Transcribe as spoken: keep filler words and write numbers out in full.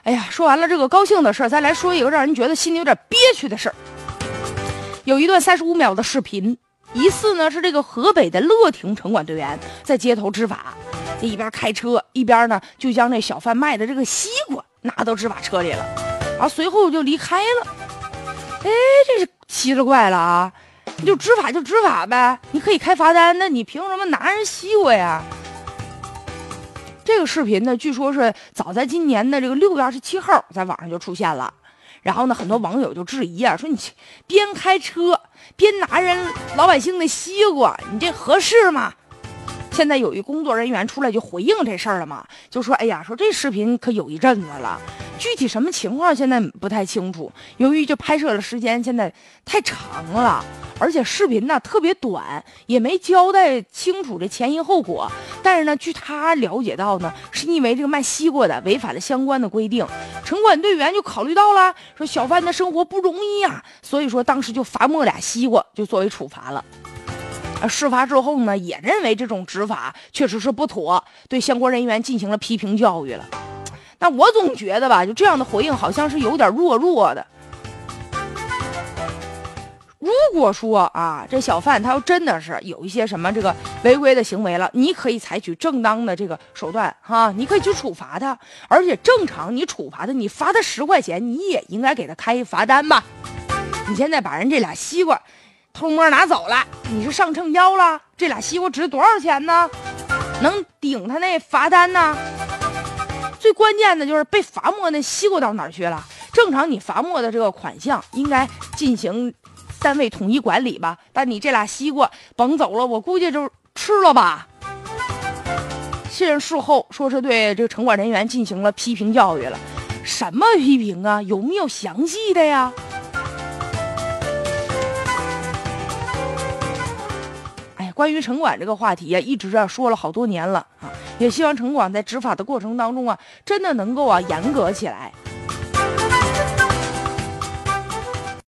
哎呀，说完了这个高兴的事儿，再来说一个让人觉得心里有点憋屈的事儿。有一段三十五秒的视频，疑似呢是这个河北的乐亭城管队员在街头执法，一边开车一边呢就将这小贩卖的这个西瓜拿到执法车里了，然后随后就离开了。哎，这是奇了怪了啊！你就执法就执法呗，你可以开罚单，那你凭什么拿人西瓜呀？这个视频呢，据说是早在今年的这个六月二十七号在网上就出现了。然后呢，很多网友就质疑啊，说你边开车边拿人老百姓的西瓜，你这合适吗？现在有一工作人员出来就回应这事儿了嘛，就说哎呀，说这视频可有一阵子了，具体什么情况现在不太清楚，由于这拍摄的时间现在太长了，而且视频呢特别短，也没交代清楚这前因后果。但是呢，据他了解到呢，是因为这个卖西瓜的违反了相关的规定，城管队员就考虑到了，说小贩的生活不容易呀、啊，所以说当时就罚没俩西瓜，就作为处罚了。事发之后呢，也认为这种执法确实是不妥，对相关人员进行了批评教育了。那我总觉得吧，就这样的回应好像是有点弱弱的。如果说啊，这小贩他要真的是有一些什么这个违规的行为了，你可以采取正当的这个手段哈，你可以去处罚他，而且正常你处罚他，你罚他十块钱，你也应该给他开罚单吧。你现在把人这俩西瓜偷摸拿走了，你是上秤交了？这俩西瓜值多少钱呢？能顶他那罚单呢？最关键的就是被罚没那西瓜到哪儿去了？正常你罚没的这个款项应该进行单位统一管理吧，但你这俩西瓜甭走了，我估计就吃了吧。现任事后说是对这个城管人员进行了批评教育了，什么批评啊？有没有详细的呀？关于城管这个话题啊，一直啊说了好多年了啊，也希望城管在执法的过程当中啊，真的能够啊严格起来。